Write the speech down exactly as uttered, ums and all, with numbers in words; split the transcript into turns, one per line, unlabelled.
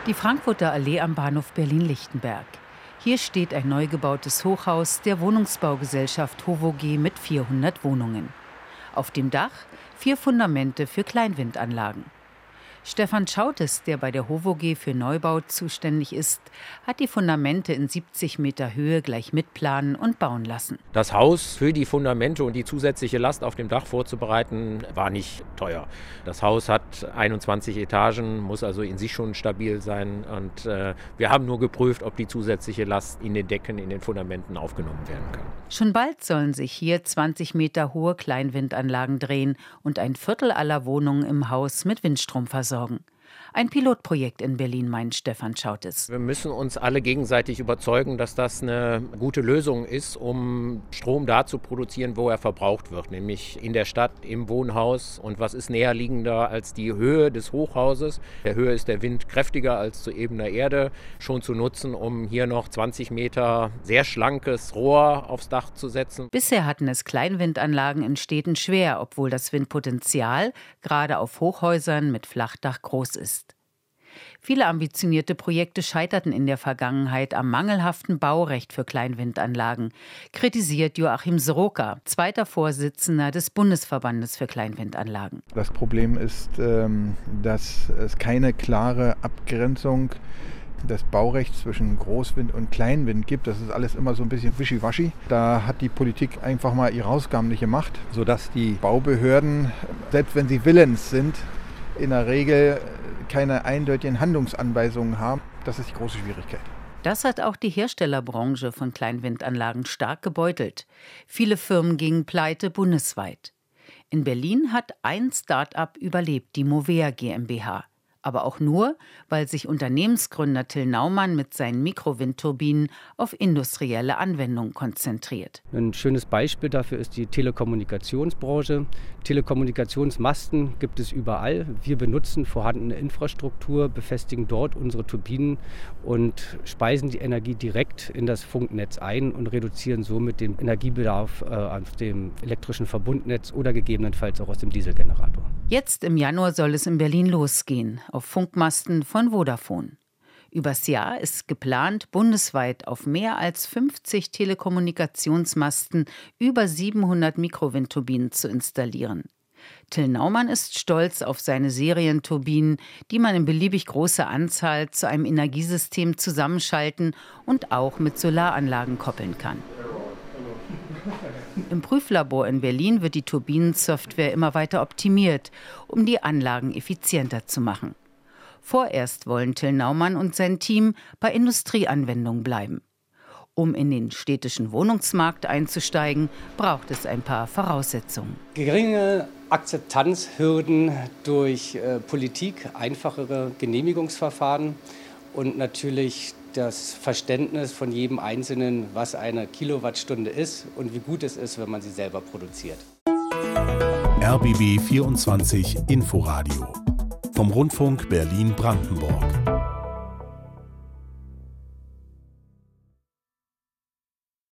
Die Frankfurter Allee am Bahnhof Berlin-Lichtenberg. Hier steht ein neu gebautes Hochhaus der Wohnungsbaugesellschaft HOVOG mit vierhundert Wohnungen. Auf dem Dach vier Fundamente für Kleinwindanlagen. Stefan Schautes, der bei der HOVOG für Neubau zuständig ist, hat die Fundamente in siebzig Meter Höhe gleich mitplanen und bauen lassen.
Das Haus für die Fundamente und die zusätzliche Last auf dem Dach vorzubereiten, war nicht teuer. Das Haus hat einundzwanzig Etagen, muss also in sich schon stabil sein. Und äh, wir haben nur geprüft, ob die zusätzliche Last in den Decken, in den Fundamenten aufgenommen werden kann.
Schon bald sollen sich hier zwanzig Meter hohe Kleinwindanlagen drehen und ein Viertel aller Wohnungen im Haus mit Windstrom versorgen. Ein Pilotprojekt in Berlin, meint Stefan Schautes.
Wir müssen uns alle gegenseitig überzeugen, dass das eine gute Lösung ist, um Strom da zu produzieren, wo er verbraucht wird, nämlich in der Stadt, im Wohnhaus. Und was ist näherliegender als die Höhe des Hochhauses? Der Höhe ist der Wind kräftiger als zu ebener Erde, schon zu nutzen, um hier noch zwanzig Meter sehr schlankes Rohr aufs Dach zu setzen.
Bisher hatten es Kleinwindanlagen in Städten schwer, obwohl das Windpotenzial gerade auf Hochhäusern mit Flachdach groß ist. Viele ambitionierte Projekte scheiterten in der Vergangenheit am mangelhaften Baurecht für Kleinwindanlagen, kritisiert Joachim Sroka, zweiter Vorsitzender des Bundesverbandes für Kleinwindanlagen.
Das Problem ist, dass es keine klare Abgrenzung des Baurechts zwischen Großwind und Kleinwind gibt. Das ist alles immer so ein bisschen wischiwaschi. Da hat die Politik einfach mal ihre Hausaufgaben nicht gemacht, sodass die Baubehörden, selbst wenn sie willens sind, in der Regel keine eindeutigen Handlungsanweisungen haben. Das ist die große Schwierigkeit.
Das hat auch die Herstellerbranche von Kleinwindanlagen stark gebeutelt. Viele Firmen gingen pleite bundesweit. In Berlin hat ein Start-up überlebt, die Movea GmbH. Aber auch nur, weil sich Unternehmensgründer Till Naumann mit seinen Mikrowindturbinen auf industrielle Anwendungen konzentriert.
Ein schönes Beispiel dafür ist die Telekommunikationsbranche. Telekommunikationsmasten gibt es überall. Wir benutzen vorhandene Infrastruktur, befestigen dort unsere Turbinen und speisen die Energie direkt in das Funknetz ein und reduzieren somit den Energiebedarf äh, auf dem elektrischen Verbundnetz oder gegebenenfalls auch aus dem Dieselgenerator.
Jetzt im Januar soll es in Berlin losgehen, auf Funkmasten von Vodafone. Übers Jahr ist geplant, bundesweit auf mehr als fünfzig Telekommunikationsmasten über siebenhundert Mikrowindturbinen zu installieren. Till Naumann ist stolz auf seine Serienturbinen, die man in beliebig großer Anzahl zu einem Energiesystem zusammenschalten und auch mit Solaranlagen koppeln kann. Im Prüflabor in Berlin wird die Turbinensoftware immer weiter optimiert, um die Anlagen effizienter zu machen. Vorerst wollen Till Naumann und sein Team bei Industrieanwendungen bleiben. Um in den städtischen Wohnungsmarkt einzusteigen, braucht es ein paar Voraussetzungen.
Geringe Akzeptanzhürden durch äh, Politik, einfachere Genehmigungsverfahren und natürlich das Verständnis von jedem Einzelnen, was eine Kilowattstunde ist und wie gut es ist, wenn man sie selber produziert.
R B B vierundzwanzig Inforadio vom Rundfunk Berlin-Brandenburg.